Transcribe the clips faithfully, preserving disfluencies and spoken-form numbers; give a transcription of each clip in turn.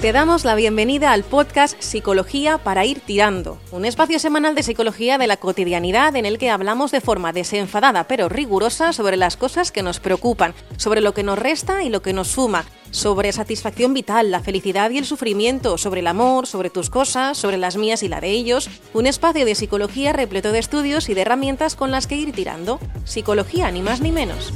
Te damos la bienvenida al podcast Psicología para ir tirando, un espacio semanal de psicología de la cotidianidad en el que hablamos de forma desenfadada pero rigurosa sobre las cosas que nos preocupan, sobre lo que nos resta y lo que nos suma, sobre satisfacción vital, la felicidad y el sufrimiento, sobre el amor, sobre tus cosas, sobre las mías y la de ellos, un espacio de psicología repleto de estudios y de herramientas con las que ir tirando. Psicología, ni más ni menos.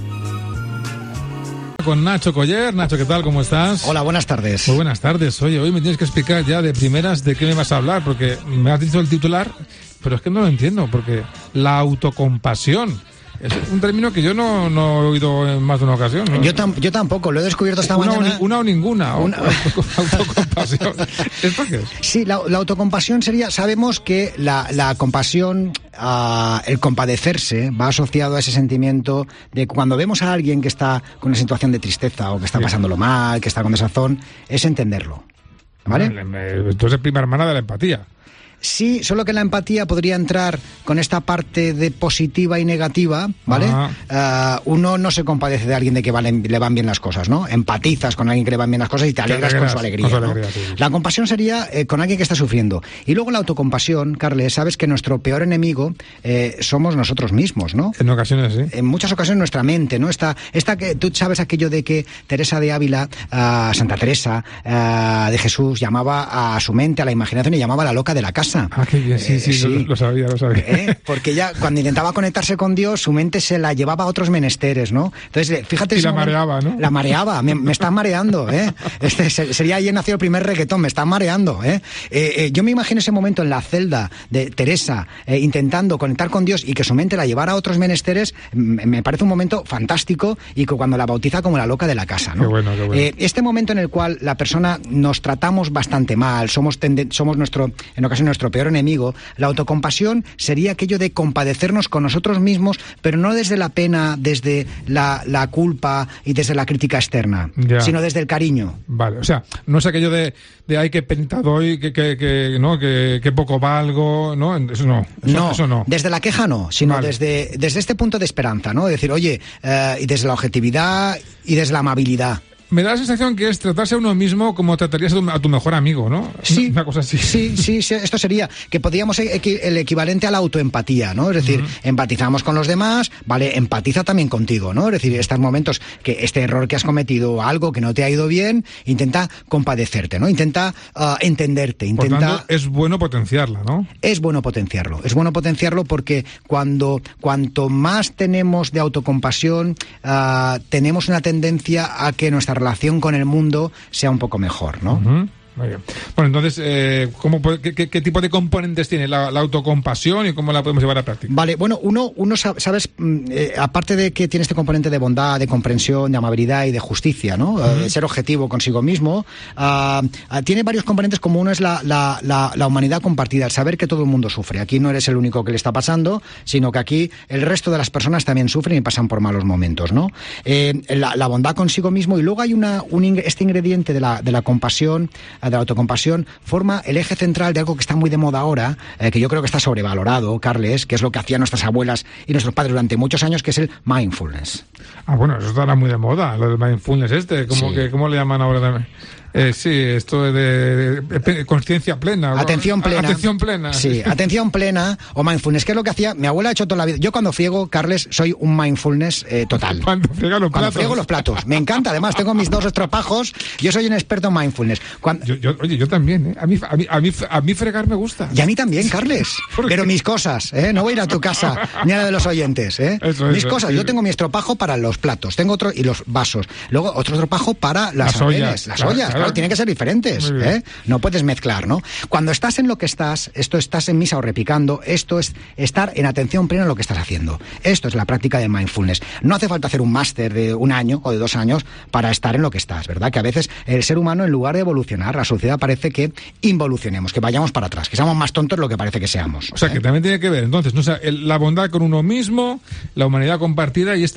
Con Nacho Coller. Nacho, ¿qué tal? ¿Cómo estás? Hola, buenas tardes. Muy buenas tardes. Oye, hoy me tienes que explicar ya de primeras de qué me vas a hablar, porque me has dicho el titular, pero es que no lo entiendo, porque la autocompasión es un término que yo no, no he oído en más de una ocasión, ¿no? Yo, tam- yo tampoco, lo he descubierto esta una mañana. O ni, una o ninguna. Una... Autocompasión. ¿Esto qué es? Sí, la, la autocompasión sería, sabemos que la, la compasión, uh, el compadecerse, va asociado a ese sentimiento de cuando vemos a alguien que está con una situación de tristeza o que está Sí. pasándolo mal, que está con desazón, es entenderlo. ¿Vale? Entonces es prima hermana de la empatía. Sí, solo que la empatía podría entrar con esta parte de positiva y negativa, ¿vale? Uh, uno no se compadece de alguien de que valen, le van bien las cosas, ¿no? Empatizas con alguien que le van bien las cosas y te alegras con su alegría, con su ¿no? alegría, sí. La compasión sería eh, con alguien que está sufriendo. Y luego la autocompasión, Carles, sabes que nuestro peor enemigo eh, somos nosotros mismos, ¿no? En ocasiones, sí. En muchas ocasiones nuestra mente, ¿no? Esta, esta que tú sabes aquello de que Teresa de Ávila, uh, Santa Teresa uh, de Jesús, llamaba a su mente, a la imaginación, y llamaba a la loca de la casa. Ah, qué bien, sí, sí, eh, sí. Lo, lo sabía, lo sabía. ¿Eh? Porque ella, cuando intentaba conectarse con Dios, su mente se la llevaba a otros menesteres, ¿no? Entonces, fíjate... Y la mareaba, ¿no? La mareaba, me, me está mareando, ¿eh? Este, sería ahí nació el primer reggaetón, me está mareando, ¿eh? Eh, eh yo me imagino ese momento en la celda de Teresa, eh, intentando conectar con Dios y que su mente la llevara a otros menesteres, me, me parece un momento fantástico, y que cuando la bautiza como la loca de la casa, ¿no? Qué bueno, qué bueno. Eh, este momento en el cual la persona nos tratamos bastante mal, somos, tende, somos nuestro, en ocasiones nuestro peor enemigo, la autocompasión sería aquello de compadecernos con nosotros mismos, pero no desde la pena, desde la, la culpa y desde la crítica externa, ya. Sino desde el cariño. Vale, o sea, no es aquello de, de ay, qué penita doy, que, que, que, ¿no? que, que poco valgo, ¿no? Eso no, eso no, eso no. Desde la queja no, sino vale. desde, desde este punto de esperanza, ¿no? Decir, oye, eh, y desde la objetividad y desde la amabilidad. Me da la sensación que es tratarse a uno mismo como tratarías a tu, a tu mejor amigo, ¿no? Sí, una cosa así. Sí, sí, sí, esto sería que podríamos equi- el equivalente a la autoempatía, ¿no? Es decir, uh-huh. empatizamos con los demás, vale, empatiza también contigo, ¿no? Es decir, estos momentos que este error que has cometido, algo que no te ha ido bien, intenta compadecerte, ¿no? Intenta uh, entenderte, intenta... Por tanto, es bueno potenciarla, ¿no? Es bueno potenciarlo, es bueno potenciarlo porque cuando cuanto más tenemos de autocompasión, uh, tenemos una tendencia a que nuestra relación con el mundo sea un poco mejor, ¿no? Uh-huh. Muy bien. Bueno, entonces, eh, ¿cómo, qué, qué, ¿qué tipo de componentes tiene la, la autocompasión y cómo la podemos llevar a práctica? Vale, bueno, uno, uno sabes, eh, aparte de que tiene este componente de bondad, de comprensión, de amabilidad y de justicia, ¿no? Uh-huh. De ser objetivo consigo mismo, uh, uh, tiene varios componentes, como uno es la, la, la, la humanidad compartida, el saber que todo el mundo sufre. Aquí no eres el único que le está pasando, sino que aquí el resto de las personas también sufren y pasan por malos momentos, ¿no? Eh, la, la bondad consigo mismo, y luego hay una, un, este ingrediente de la, de la compasión, de la autocompasión, forma el eje central de algo que está muy de moda ahora, eh, que yo creo que está sobrevalorado, Carles, que es lo que hacían nuestras abuelas y nuestros padres durante muchos años, que es el mindfulness. Ah, bueno, eso estará muy de moda, lo del mindfulness este, ¿cómo, sí. que, ¿cómo le llaman ahora también? Eh, sí, esto de, de, de, de conciencia plena. Atención plena. Atención plena. Sí, atención plena o mindfulness, que es lo que hacía. Mi abuela ha hecho toda la vida. Yo cuando friego, Carles, soy un mindfulness eh, total. Cuando friego los cuando platos. friego los platos. Me encanta, además, tengo mis dos estropajos. Yo soy un experto en mindfulness. Cuando... Yo, yo, oye, yo también, ¿eh? A mí, a, mí, a, mí, a mí fregar me gusta. Y a mí también, Carles. Pero mis cosas, ¿eh? No voy a ir a tu casa ni a la de los oyentes, ¿eh? Eso, mis eso, cosas. sí. Yo tengo mi estropajo para los platos, tengo otro y los vasos. Luego otro estropajo para las, las ollas. Las claro, ollas, claro, claro, tienen que ser diferentes. ¿Eh? No puedes mezclar, ¿no? Cuando estás en lo que estás, esto estás en misa o repicando, esto es estar en atención plena en lo que estás haciendo. Esto es la práctica del mindfulness. No hace falta hacer un máster de un año o de dos años para estar en lo que estás, ¿verdad? Que a veces el ser humano, en lugar de evolucionar, la sociedad parece que involucionemos, que vayamos para atrás, que seamos más tontos de lo que parece que seamos. O sea, ¿eh? que también tiene que ver, entonces, ¿no? O sea, el, la bondad con uno mismo, la humanidad compartida y esta atención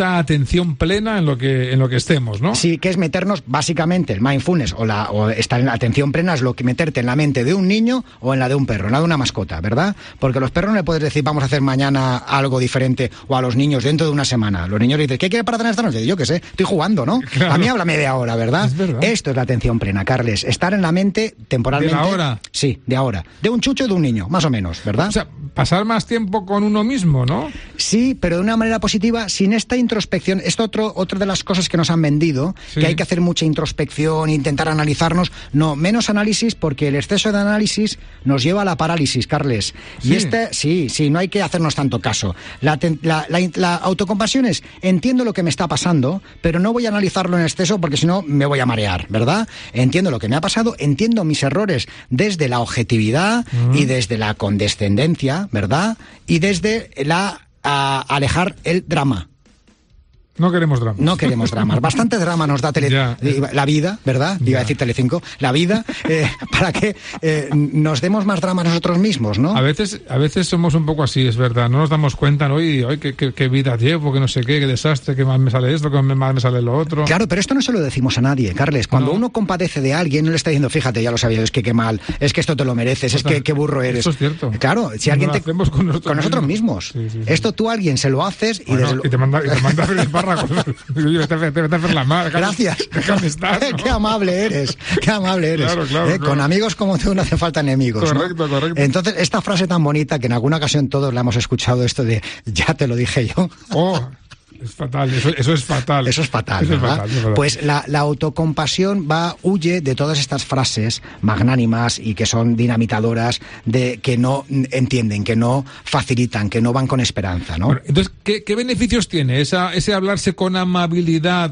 atención plena en lo que en lo que estemos, ¿no? Sí, que es meternos, básicamente, el mindfulness o, la, o estar en la atención plena es lo que meterte en la mente de un niño o en la de un perro, en la de una mascota, ¿verdad? Porque a los perros no le puedes decir, vamos a hacer mañana algo diferente, o a los niños dentro de una semana. Los niños dicen, ¿qué quieres para tener esta noche? Yo qué sé, estoy jugando, ¿no? Claro. A mí háblame de ahora, ¿verdad? Es verdad. Esto es la atención plena, Carles. Estar en la mente temporalmente. ¿De ahora? Sí, de ahora. De un chucho y de un niño, más o menos, ¿verdad? O sea, pasar más tiempo con uno mismo, ¿no? Sí, pero de una manera positiva, sin esta introspección. Esto otro, otra de las cosas que nos han vendido, sí. que hay que hacer mucha introspección, intentar analizarnos. No, menos análisis, porque el exceso de análisis nos lleva a la parálisis, Carles. Sí. Y este, sí, sí, no hay que hacernos tanto caso. La, la, la, la autocompasión es, entiendo lo que me está pasando, pero no voy a analizarlo en exceso porque si no me voy a marear, ¿verdad? Entiendo lo que me ha pasado, entiendo mis errores desde la objetividad mm. y desde la condescendencia, ¿verdad? Y desde la a alejar el drama. No queremos dramas. No queremos dramas. Bastante drama nos da tele... la vida, ¿verdad? Ya. Iba a decir Telecinco. La vida, eh, para que eh, nos demos más drama nosotros mismos, ¿no? A veces, a veces somos un poco así, es verdad. No nos damos cuenta, ¿no? Y, hoy qué, qué, qué vida llevo, que no sé qué, qué desastre, que mal me sale esto, que mal me sale lo otro. Claro, pero esto no se lo decimos a nadie, Carles. Cuando no. uno compadece de alguien, no le está diciendo, fíjate, ya lo sabía, es que qué mal, es que esto te lo mereces, es que qué burro eres. Eso es cierto. Claro, si alguien no te... hacemos con nosotros, con nosotros mismos. mismos. Sí, sí, sí. Esto tú a alguien se lo haces y... Bueno, desde... y te manda, y te manda a hacer espárragos. Te vete a hacer la madre. Gracias. Déjame estar, ¿no? Qué amable eres. Qué amable eres. Claro, claro, ¿Eh? claro. Con amigos como tú no hace falta enemigos. Correcto, ¿no? correcto. Entonces, esta frase tan bonita que en alguna ocasión todos la hemos escuchado, esto de ya te lo dije yo. Oh. Es fatal, eso, eso es fatal. Eso es fatal, eso ¿verdad? Es fatal, es fatal. Pues la, la autocompasión va, huye de todas estas frases magnánimas y que son dinamitadoras, de que no entienden, que no facilitan, que no van con esperanza, ¿no? Bueno, entonces, ¿qué, qué beneficios tiene esa, ese hablarse con amabilidad,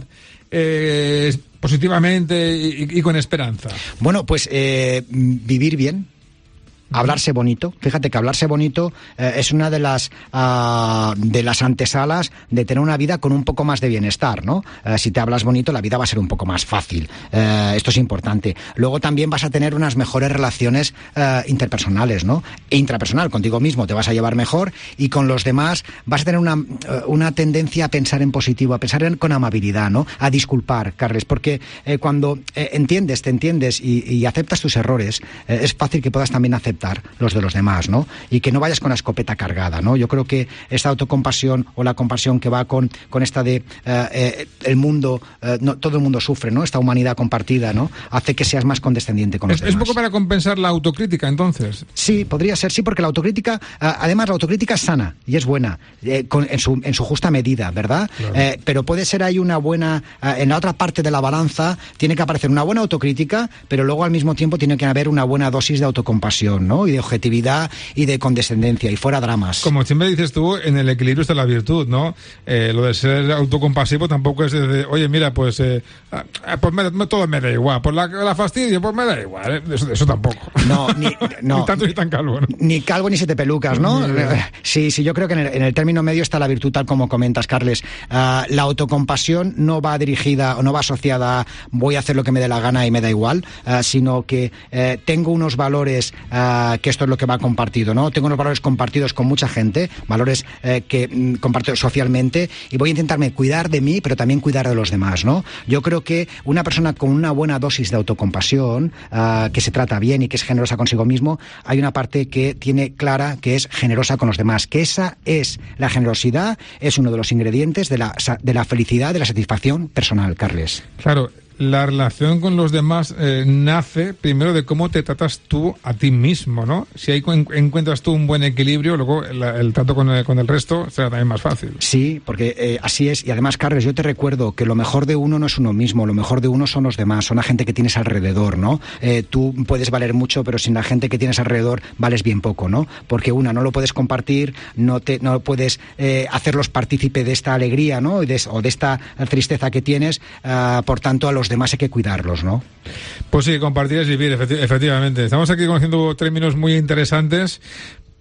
eh, positivamente y, y con esperanza? Bueno, pues eh, vivir bien. Hablarse bonito. Fíjate que hablarse bonito eh, es una de las uh, de las antesalas de tener una vida con un poco más de bienestar, ¿no? Eh, si te hablas bonito, la vida va a ser un poco más fácil. Eh, esto es importante. Luego también vas a tener unas mejores relaciones eh, interpersonales, ¿no? E intrapersonal, contigo mismo te vas a llevar mejor y con los demás vas a tener una, una tendencia a pensar en positivo, a pensar en, con amabilidad, ¿no? A disculpar, Carles, porque eh, cuando eh, entiendes, te entiendes y, y aceptas tus errores, eh, es fácil que puedas también aceptar los de los demás, ¿no? Y que no vayas con la escopeta cargada, ¿no? Yo creo que esta autocompasión o la compasión que va con, con esta de eh, eh, el mundo, eh, no, todo el mundo sufre, ¿no? Esta humanidad compartida, ¿no? Hace que seas más condescendiente con los es, demás. ¿Es poco para compensar la autocrítica, entonces? Sí, podría ser, sí, porque la autocrítica, eh, además la autocrítica es sana y es buena, eh, con, en, su, en su justa medida, ¿verdad? Claro. Eh, pero puede ser ahí una buena, eh, en la otra parte de la balanza tiene que aparecer una buena autocrítica, pero luego al mismo tiempo tiene que haber una buena dosis de autocompasión, ¿no? Y de objetividad y de condescendencia, y fuera dramas. Como siempre dices tú, en el equilibrio está la virtud, ¿no? Eh, lo de ser autocompasivo tampoco es de, oye, mira, pues, eh, pues me, me, todo me da igual, por la, la fastidio, pues me da igual, ¿eh? eso, eso tampoco. No, ni, no, ni tanto ni tan calvo, ¿no? Ni calvo ni siete pelucas, ¿no? Sí, sí, yo creo que en el, en el término medio está la virtud, tal como comentas, Carles. Uh, la autocompasión no va dirigida o no va asociada a voy a hacer lo que me dé la gana y me da igual, uh, sino que uh, tengo unos valores uh, que esto es lo que va compartido, ¿no? Tengo unos valores compartidos con mucha gente, valores eh, que mm, comparto socialmente, y voy a intentarme cuidar de mí, pero también cuidar de los demás, ¿no? Yo creo que una persona con una buena dosis de autocompasión, uh, que se trata bien y que es generosa consigo mismo, hay una parte que tiene clara que es generosa con los demás, que esa es la generosidad, es uno de los ingredientes de la, de la felicidad, de la satisfacción personal, Carles. Claro. La relación con los demás eh, nace primero de cómo te tratas tú a ti mismo, ¿no? Si ahí en, encuentras tú un buen equilibrio, luego la, el trato con el, con el resto será también más fácil. Sí, porque eh, así es. Y además, Carles, yo te recuerdo que lo mejor de uno no es uno mismo, lo mejor de uno son los demás, son la gente que tienes alrededor, ¿no? Eh, tú puedes valer mucho, pero sin la gente que tienes alrededor vales bien poco, ¿no? Porque una, no lo puedes compartir, no te no puedes eh, hacerlos partícipe de esta alegría, ¿no? Y de, o de esta tristeza que tienes, uh, por tanto, a los demás hay que cuidarlos, ¿no? Pues sí, compartir es vivir, efectivamente. Estamos aquí conociendo términos muy interesantes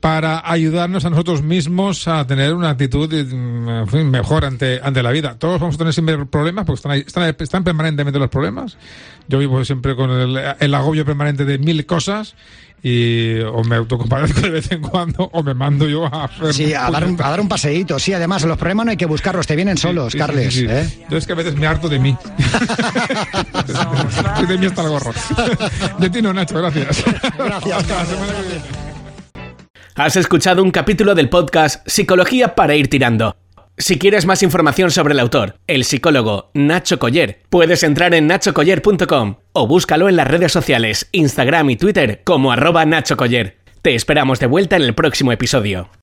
para ayudarnos a nosotros mismos a tener una actitud en fin, mejor ante, ante la vida. Todos vamos a tener siempre problemas, porque están, ahí, están, están permanentemente los problemas. Yo vivo siempre con el, el agobio permanente de mil cosas, y o me autocompadezco de vez en cuando o me mando yo a hacer sí, a dar, un, a dar un paseíto. Sí, además los problemas no hay que buscarlos, te vienen solos, sí, sí, Carles. Sí, sí, sí. ¿eh? Yo es que a veces me harto de mí. De mí hasta el gorro. De ti no, Nacho, gracias. Gracias, Carles. Has escuchado un capítulo del podcast Psicología para ir tirando. Si quieres más información sobre el autor, el psicólogo Nacho Coller, puedes entrar en nacho coller punto com o búscalo en las redes sociales, Instagram y Twitter como arroba Nacho Coller. Te esperamos de vuelta en el próximo episodio.